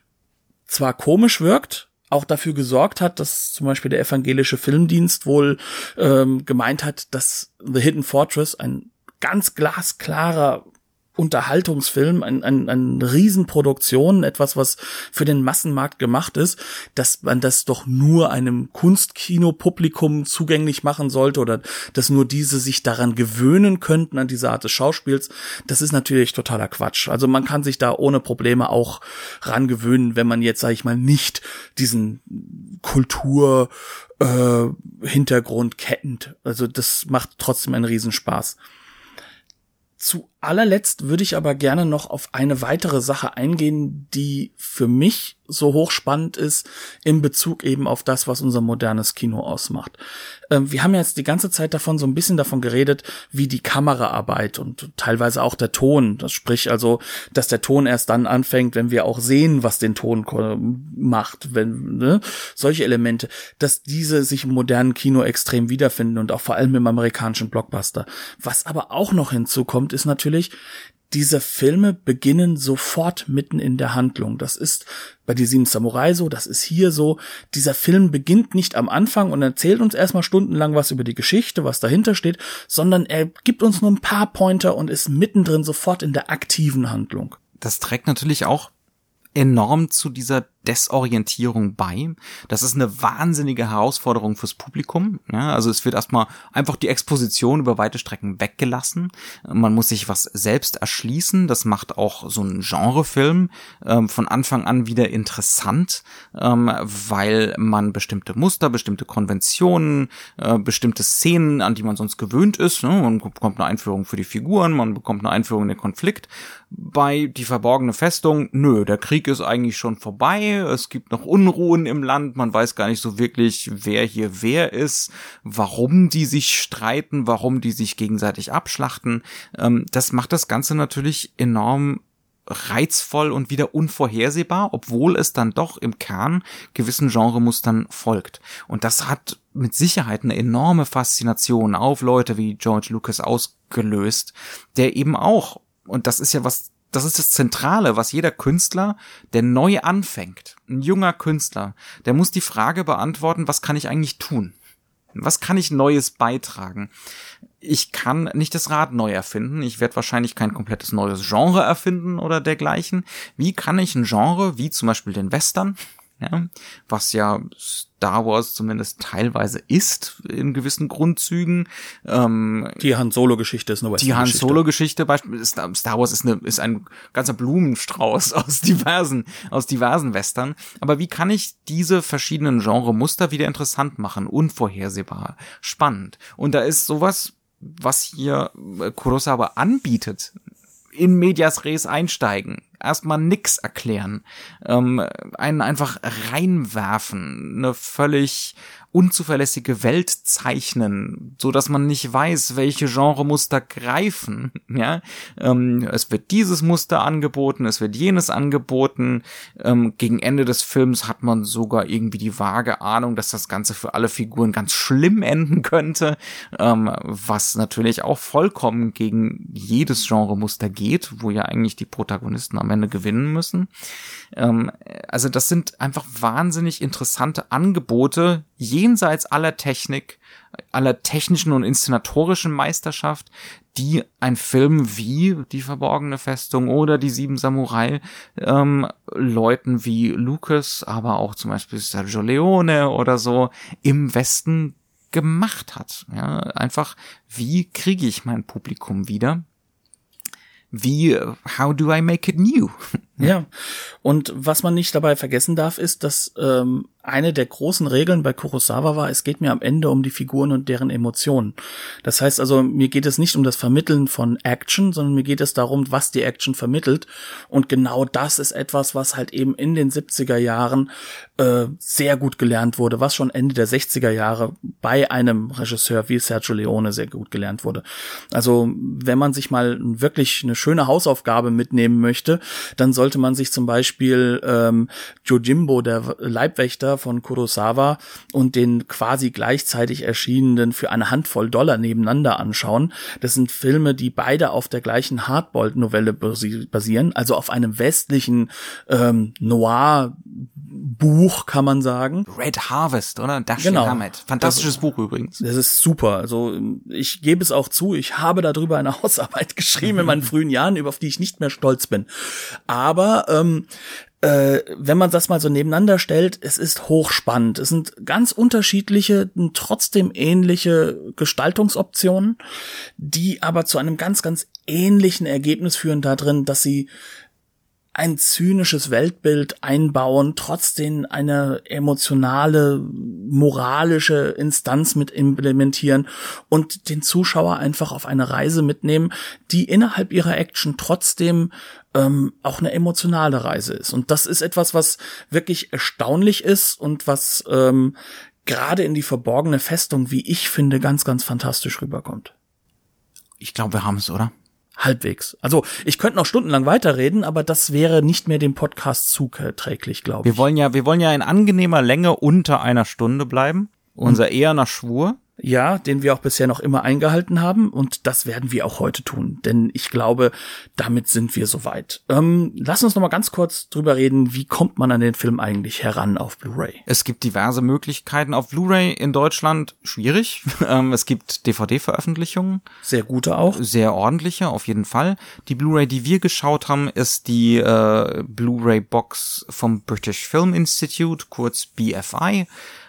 zwar komisch wirkt, auch dafür gesorgt hat, dass zum Beispiel der evangelische Filmdienst wohl gemeint hat, dass The Hidden Fortress ein ganz glasklarer Unterhaltungsfilm, eine Riesenproduktion, etwas, was für den Massenmarkt gemacht ist, dass man das doch nur einem Kunstkinopublikum zugänglich machen sollte oder dass nur diese sich daran gewöhnen könnten, an diese Art des Schauspiels, das ist natürlich totaler Quatsch. Also man kann sich da ohne Probleme auch ran gewöhnen, wenn man jetzt, sage ich mal, nicht diesen Hintergrund kennt. Also das macht trotzdem einen Riesenspaß. Zu allerletzt würde ich aber gerne noch auf eine weitere Sache eingehen, die für mich so hochspannend ist in Bezug eben auf das, was unser modernes Kino ausmacht. Wir haben jetzt die ganze Zeit so ein bisschen davon geredet, wie die Kameraarbeit und teilweise auch der Ton, das sprich also, dass der Ton erst dann anfängt, wenn wir auch sehen, was den Ton macht, solche Elemente, dass diese sich im modernen Kino extrem wiederfinden und auch vor allem im amerikanischen Blockbuster. Was aber auch noch hinzukommt, ist natürlich, diese Filme beginnen sofort mitten in der Handlung. Das ist bei Die Sieben Samurai so, das ist hier so. Dieser Film beginnt nicht am Anfang und erzählt uns erstmal stundenlang was über die Geschichte, was dahinter steht, sondern er gibt uns nur ein paar Pointer und ist mittendrin sofort in der aktiven Handlung. Das trägt natürlich auch enorm zu dieser Desorientierung bei. Das ist eine wahnsinnige Herausforderung fürs Publikum. Ja, also es wird erstmal einfach die Exposition über weite Strecken weggelassen. Man muss sich was selbst erschließen. Das macht auch so einen Genrefilm von Anfang an wieder interessant, weil man bestimmte Muster, bestimmte Konventionen, bestimmte Szenen, an die man sonst gewöhnt ist. Ne? Man bekommt eine Einführung für die Figuren, man bekommt eine Einführung in den Konflikt. Bei Die verborgene Festung, der Krieg ist eigentlich schon vorbei. Es gibt noch Unruhen im Land, man weiß gar nicht so wirklich, wer hier wer ist, warum die sich streiten, warum die sich gegenseitig abschlachten. Das macht das Ganze natürlich enorm reizvoll und wieder unvorhersehbar, obwohl es dann doch im Kern gewissen Genremustern folgt. Und das hat mit Sicherheit eine enorme Faszination auf Leute wie George Lucas ausgelöst, der eben auch, und das ist ja das ist das Zentrale, was jeder Künstler, der neu anfängt, ein junger Künstler, der muss die Frage beantworten, was kann ich eigentlich tun? Was kann ich Neues beitragen? Ich kann nicht das Rad neu erfinden, ich werde wahrscheinlich kein komplettes neues Genre erfinden oder dergleichen. Wie kann ich ein Genre, wie zum Beispiel den Western, ja, was ja Star Wars zumindest teilweise ist, in gewissen Grundzügen. Die Han Solo-Geschichte ist eine Western-Geschichte. Die Han Solo-Geschichte, Star Wars ist ein ganzer Blumenstrauß aus diversen Western. Aber wie kann ich diese verschiedenen Genremuster wieder interessant machen? Unvorhersehbar, spannend. Und da ist sowas, was hier Kurosawa anbietet, in medias res einsteigen, erstmal nix erklären, einen einfach reinwerfen, eine völlig unzuverlässige Welt zeichnen, so dass man nicht weiß, welche Genremuster greifen, ja. Es wird dieses Muster angeboten, es wird jenes angeboten, gegen Ende des Films hat man sogar irgendwie die vage Ahnung, dass das Ganze für alle Figuren ganz schlimm enden könnte, was natürlich auch vollkommen gegen jedes Genremuster geht, wo ja eigentlich die Protagonisten am Ende gewinnen müssen. Also das sind einfach wahnsinnig interessante Angebote, jenseits aller Technik, aller technischen und inszenatorischen Meisterschaft, die ein Film wie Die verborgene Festung oder Die 7 Samurai Leuten wie Lucas, aber auch zum Beispiel Sergio Leone oder so im Westen gemacht hat. Ja, einfach, wie kriege ich mein Publikum wieder? How do I make it new? Ja, und was man nicht dabei vergessen darf, ist, dass eine der großen Regeln bei Kurosawa war, es geht mir am Ende um die Figuren und deren Emotionen. Das heißt also, mir geht es nicht um das Vermitteln von Action, sondern mir geht es darum, was die Action vermittelt. Und genau das ist etwas, was halt eben in den 70er Jahren sehr gut gelernt wurde, was schon Ende der 60er Jahre bei einem Regisseur wie Sergio Leone sehr gut gelernt wurde. Also wenn man sich mal wirklich eine schöne Hausaufgabe mitnehmen möchte, dann sollte man sich zum Beispiel Yojimbo, der Leibwächter von Kurosawa, und den quasi gleichzeitig erschienenen Für eine Handvoll Dollar nebeneinander anschauen. Das sind Filme, die beide auf der gleichen Hardboiled-Novelle basieren, also auf einem westlichen Noir-Buch, kann man sagen. Red Harvest, oder? Dashiell Hammett. Fantastisches Buch übrigens. Das ist super. Also ich gebe es auch zu, ich habe darüber eine Hausarbeit geschrieben in meinen frühen Jahren, auf die ich nicht mehr stolz bin. Aber wenn man das mal so nebeneinander stellt, es ist hochspannend. Es sind ganz unterschiedliche, trotzdem ähnliche Gestaltungsoptionen, die aber zu einem ganz, ganz ähnlichen Ergebnis führen da drin, dass sie ein zynisches Weltbild einbauen, trotzdem eine emotionale, moralische Instanz mit implementieren und den Zuschauer einfach auf eine Reise mitnehmen, die innerhalb ihrer Action trotzdem auch eine emotionale Reise ist. Und das ist etwas, was wirklich erstaunlich ist und was gerade in Die verborgene Festung, wie ich finde, ganz, ganz fantastisch rüberkommt. Ich glaube, wir haben es, oder? Halbwegs. Also ich könnte noch stundenlang weiterreden, aber das wäre nicht mehr dem Podcast zuträglich, glaube ich. Wir wollen ja in angenehmer Länge unter einer Stunde bleiben. Unser eherner Schwur. Ja, den wir auch bisher noch immer eingehalten haben, und das werden wir auch heute tun, denn ich glaube, damit sind wir soweit. Lass uns noch mal ganz kurz drüber reden, wie kommt man an den Film eigentlich heran auf Blu-ray? Es gibt diverse Möglichkeiten auf Blu-ray in Deutschland, schwierig. Es gibt DVD-Veröffentlichungen. Sehr gute auch. Sehr ordentliche, auf jeden Fall. Die Blu-ray, die wir geschaut haben, ist die Blu-ray-Box vom British Film Institute, kurz BFI.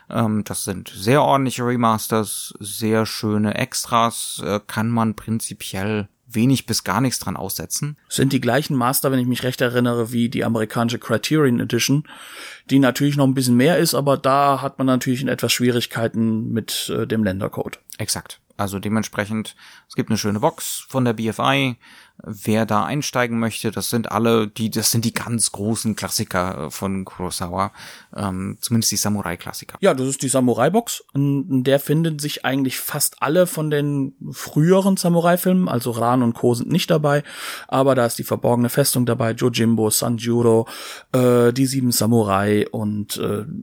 Das sind sehr ordentliche Remasters, sehr schöne Extras, kann man prinzipiell wenig bis gar nichts dran aussetzen. Sind die gleichen Master, wenn ich mich recht erinnere, wie die amerikanische Criterion Edition, die natürlich noch ein bisschen mehr ist, aber da hat man natürlich etwas Schwierigkeiten mit dem Ländercode. Exakt. Also dementsprechend, es gibt eine schöne Box von der BFI. Wer da einsteigen möchte, das sind die ganz großen Klassiker von Kurosawa, zumindest die Samurai-Klassiker. Ja, das ist die Samurai-Box. In der finden sich eigentlich fast alle von den früheren Samurai-Filmen, also Ran und Co. sind nicht dabei, aber da ist die verborgene Festung dabei, Yojimbo, Sanjuro, die 7 Samurai und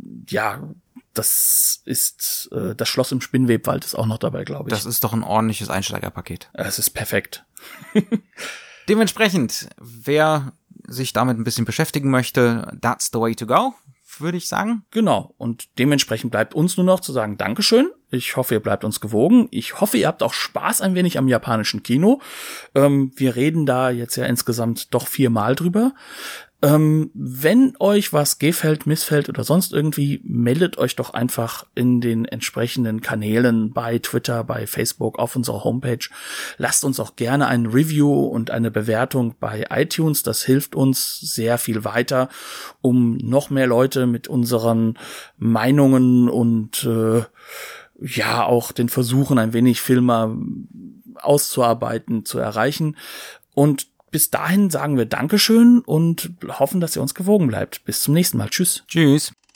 das ist das Schloss im Spinnwebwald ist auch noch dabei, glaube ich. Das ist doch ein ordentliches Einsteigerpaket. Es ist perfekt. Dementsprechend, wer sich damit ein bisschen beschäftigen möchte, that's the way to go, würde ich sagen. Genau. Und dementsprechend bleibt uns nur noch zu sagen Dankeschön. Ich hoffe, ihr bleibt uns gewogen. Ich hoffe, ihr habt auch Spaß ein wenig am japanischen Kino. Wir reden da jetzt ja insgesamt doch 4-mal drüber. Wenn euch was gefällt, missfällt oder sonst irgendwie, meldet euch doch einfach in den entsprechenden Kanälen bei Twitter, bei Facebook, auf unserer Homepage. Lasst uns auch gerne ein Review und eine Bewertung bei iTunes. Das hilft uns sehr viel weiter, um noch mehr Leute mit unseren Meinungen und auch den Versuchen, ein wenig Filme auszuarbeiten, zu erreichen. Und bis dahin sagen wir Dankeschön und hoffen, dass ihr uns gewogen bleibt. Bis zum nächsten Mal. Tschüss. Tschüss.